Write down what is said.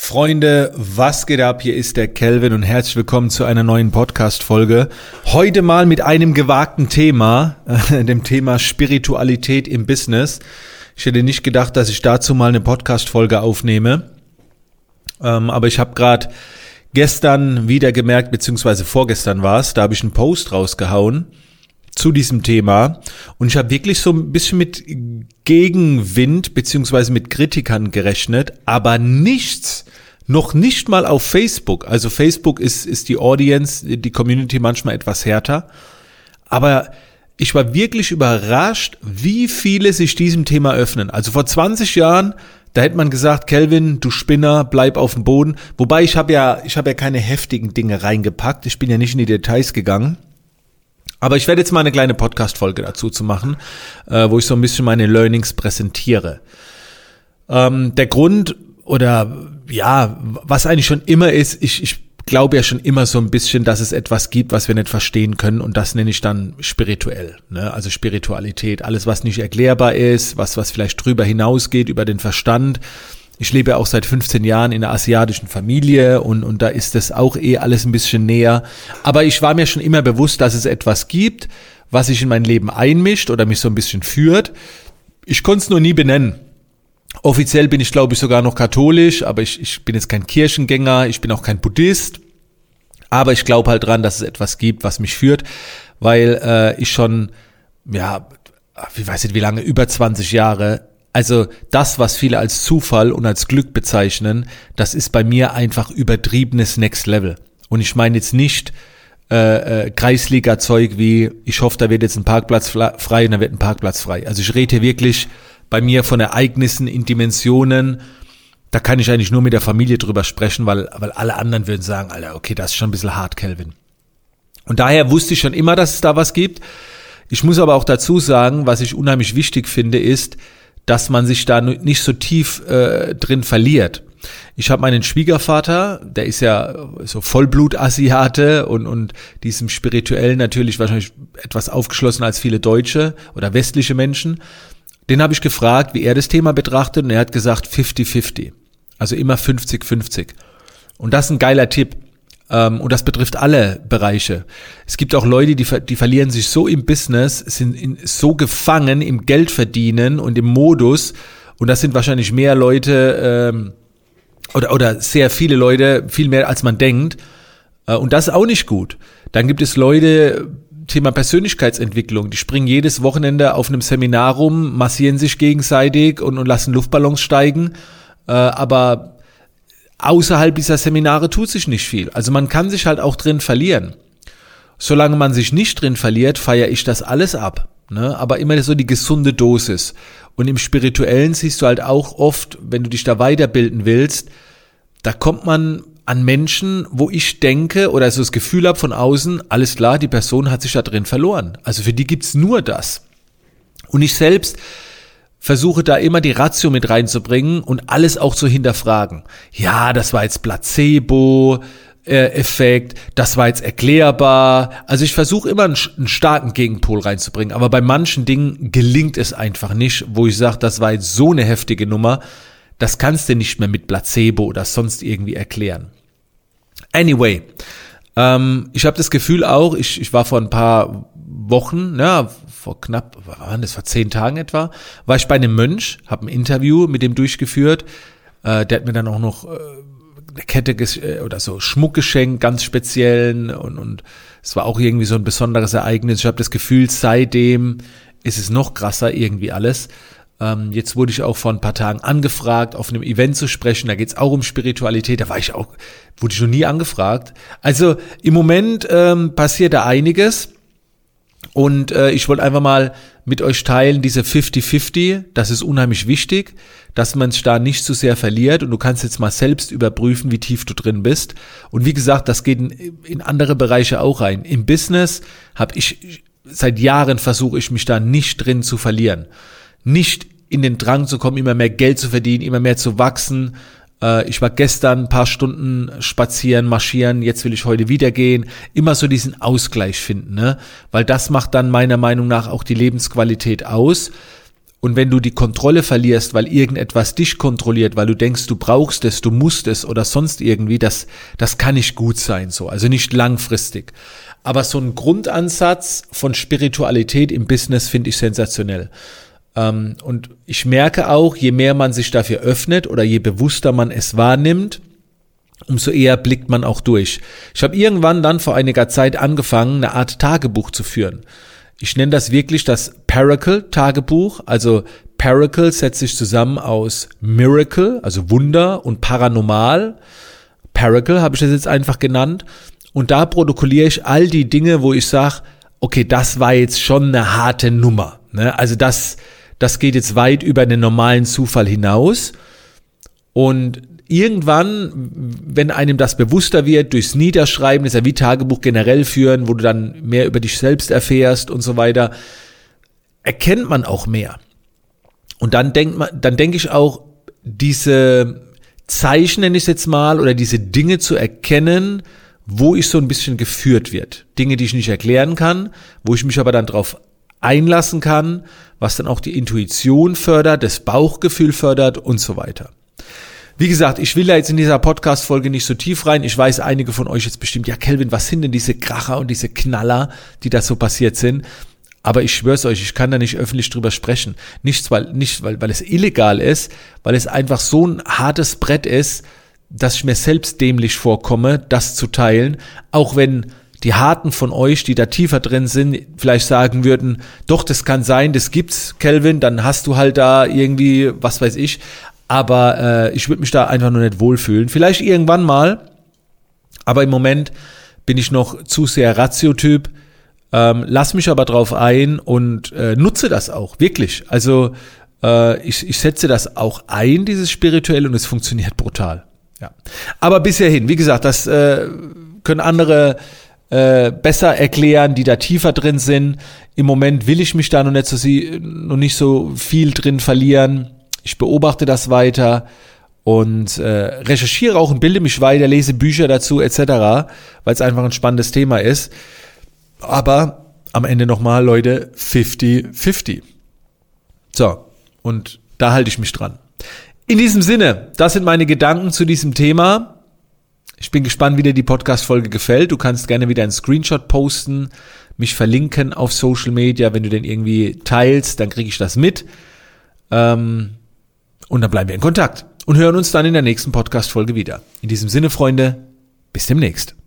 Freunde, was geht ab? Hier ist der Kelvin und herzlich willkommen zu einer neuen Podcast-Folge. Heute mal mit einem gewagten Thema, dem Thema Spiritualität im Business. Ich hätte nicht gedacht, dass ich dazu mal eine Podcast-Folge aufnehme, aber ich habe gerade gestern wieder gemerkt, beziehungsweise vorgestern war es, da habe ich einen Post rausgehauen zu diesem Thema und ich habe wirklich so ein bisschen mit Gegenwind beziehungsweise mit Kritikern gerechnet, aber noch nicht mal auf Facebook. Also Facebook ist die Audience, die Community manchmal etwas härter, aber ich war wirklich überrascht, wie viele sich diesem Thema öffnen. Also vor 20 Jahren, da hätte man gesagt, Kelvin, du Spinner, bleib auf dem Boden. Wobei ich habe ja keine heftigen Dinge reingepackt, ich bin ja nicht in die Details gegangen. Aber ich werde jetzt mal eine kleine Podcast-Folge dazu zu machen, wo ich so ein bisschen meine Learnings präsentiere. Der Grund oder ja, was eigentlich schon immer ist, ich glaube ja schon immer so ein bisschen, dass es etwas gibt, was wir nicht verstehen können und das nenne ich dann spirituell, ne? Also Spiritualität, alles was nicht erklärbar ist, was vielleicht drüber hinausgeht, über den Verstand. Ich lebe ja auch seit 15 Jahren in einer asiatischen Familie und da ist das auch alles ein bisschen näher. Aber ich war mir schon immer bewusst, dass es etwas gibt, was sich in mein Leben einmischt oder mich so ein bisschen führt. Ich konnte es nur nie benennen. Offiziell bin ich, glaube ich, sogar noch katholisch, aber ich bin jetzt kein Kirchengänger, ich bin auch kein Buddhist. Aber ich glaube halt dran, dass es etwas gibt, was mich führt, weil ich schon, ja, ich weiß nicht wie lange, über 20 Jahre. Also das, was viele als Zufall und als Glück bezeichnen, das ist bei mir einfach übertriebenes Next Level. Und ich meine jetzt nicht Kreisliga-Zeug wie, ich hoffe, da wird jetzt ein Parkplatz frei und da wird ein Parkplatz frei. Also ich rede hier wirklich bei mir von Ereignissen in Dimensionen, da kann ich eigentlich nur mit der Familie drüber sprechen, weil alle anderen würden sagen, Alter, okay, das ist schon ein bisschen hart, Kelvin. Und daher wusste ich schon immer, dass es da was gibt. Ich muss aber auch dazu sagen, was ich unheimlich wichtig finde, ist, dass man sich da nicht so tief drin verliert. Ich habe meinen Schwiegervater, der ist ja so Vollblut-Asiate und diesem Spirituellen natürlich wahrscheinlich etwas aufgeschlossen als viele Deutsche oder westliche Menschen. Den habe ich gefragt, wie er das Thema betrachtet und er hat gesagt 50-50, also immer 50-50. Und das ist ein geiler Tipp. Und das betrifft alle Bereiche. Es gibt auch Leute, die verlieren sich so im Business, sind so gefangen im Geldverdienen und im Modus. Und das sind wahrscheinlich mehr Leute oder sehr viele Leute, viel mehr als man denkt. Und das ist auch nicht gut. Dann gibt es Leute, Thema Persönlichkeitsentwicklung, die springen jedes Wochenende auf einem Seminar rum, massieren sich gegenseitig und lassen Luftballons steigen. Aber außerhalb dieser Seminare tut sich nicht viel. Also man kann sich halt auch drin verlieren. Solange man sich nicht drin verliert, feiere ich das alles ab. Ne? Aber immer so die gesunde Dosis. Und im Spirituellen siehst du halt auch oft, wenn du dich da weiterbilden willst, da kommt man an Menschen, wo ich denke oder so das Gefühl habe von außen, alles klar, die Person hat sich da drin verloren. Also für die gibt's nur das. Und ich selbst versuche da immer die Ratio mit reinzubringen und alles auch zu hinterfragen. Ja, das war jetzt Placebo-Effekt, das war jetzt erklärbar. Also ich versuche immer einen starken Gegenpol reinzubringen, aber bei manchen Dingen gelingt es einfach nicht, wo ich sage, das war jetzt so eine heftige Nummer, das kannst du nicht mehr mit Placebo oder sonst irgendwie erklären. Anyway, ich habe das Gefühl auch, ich war vor ein paar Wochen, vor 10 Tagen etwa, war ich bei einem Mönch, habe ein Interview mit dem durchgeführt, der hat mir dann auch noch eine Kette oder so Schmuck geschenkt, ganz speziellen und es war auch irgendwie so ein besonderes Ereignis. Ich habe das Gefühl, seitdem ist es noch krasser irgendwie alles. Jetzt wurde ich auch vor ein paar Tagen angefragt, auf einem Event zu sprechen, da geht's auch um Spiritualität, wurde ich noch nie angefragt. Also im Moment passiert da einiges. Und ich wollte einfach mal mit euch teilen, diese 50-50, das ist unheimlich wichtig, dass man sich da nicht zu sehr verliert und du kannst jetzt mal selbst überprüfen, wie tief du drin bist. Und wie gesagt, das geht in andere Bereiche auch rein. Im Business seit Jahren versuche ich mich da nicht drin zu verlieren. Nicht in den Drang zu kommen, immer mehr Geld zu verdienen, immer mehr zu wachsen. Ich war gestern ein paar Stunden spazieren, marschieren, jetzt will ich heute wieder gehen. Immer so diesen Ausgleich finden, ne? Weil das macht dann meiner Meinung nach auch die Lebensqualität aus. Und wenn du die Kontrolle verlierst, weil irgendetwas dich kontrolliert, weil du denkst, du brauchst es, du musst es oder sonst irgendwie, das kann nicht gut sein, so. Also nicht langfristig. Aber so ein Grundansatz von Spiritualität im Business finde ich sensationell. Und ich merke auch, je mehr man sich dafür öffnet oder je bewusster man es wahrnimmt, umso eher blickt man auch durch. Ich habe irgendwann dann vor einiger Zeit angefangen, eine Art Tagebuch zu führen. Ich nenne das wirklich das Paracle-Tagebuch. Also Paracle setzt sich zusammen aus Miracle, also Wunder, und Paranormal. Paracle habe ich das jetzt einfach genannt. Und da protokolliere ich all die Dinge, wo ich sage, okay, das war jetzt schon eine harte Nummer. Ne? Also das geht jetzt weit über den normalen Zufall hinaus. Und irgendwann, wenn einem das bewusster wird, durchs Niederschreiben, das ist ja wie Tagebuch generell führen, wo du dann mehr über dich selbst erfährst und so weiter, erkennt man auch mehr. Und dann denke ich auch, diese Zeichen, nenne ich es jetzt mal, oder diese Dinge zu erkennen, wo ich so ein bisschen geführt wird. Dinge, die ich nicht erklären kann, wo ich mich aber dann drauf einlassen kann, was dann auch die Intuition fördert, das Bauchgefühl fördert und so weiter. Wie gesagt, ich will da jetzt in dieser Podcast-Folge nicht so tief rein. Ich weiß, einige von euch jetzt bestimmt, ja Kelvin, was sind denn diese Kracher und diese Knaller, die da so passiert sind? Aber ich schwör's euch, ich kann da nicht öffentlich drüber sprechen. Nicht, weil es illegal ist, weil es einfach so ein hartes Brett ist, dass ich mir selbst dämlich vorkomme, das zu teilen. Auch wenn die Harten von euch, die da tiefer drin sind, vielleicht sagen würden, doch, das kann sein, das gibt's, Kelvin, dann hast du halt da irgendwie, was weiß ich. Aber ich würde mich da einfach nur nicht wohlfühlen. Vielleicht irgendwann mal, aber im Moment bin ich noch zu sehr Ratio-Typ. Lass mich aber drauf ein und nutze das auch, wirklich. Also ich setze das auch ein, dieses Spirituelle, und es funktioniert brutal. Ja. Aber bis hierhin, wie gesagt, das können andere besser erklären, die da tiefer drin sind. Im Moment will ich mich da noch nicht so viel drin verlieren. Ich beobachte das weiter und recherchiere auch und bilde mich weiter, lese Bücher dazu etc., weil es einfach ein spannendes Thema ist. Aber am Ende nochmal, Leute, 50-50. So, und da halte ich mich dran. In diesem Sinne, das sind meine Gedanken zu diesem Thema. Ich bin gespannt, wie dir die Podcast-Folge gefällt. Du kannst gerne wieder einen Screenshot posten, mich verlinken auf Social Media. Wenn du den irgendwie teilst, dann kriege ich das mit. Und dann bleiben wir in Kontakt und hören uns dann in der nächsten Podcast-Folge wieder. In diesem Sinne, Freunde, bis demnächst.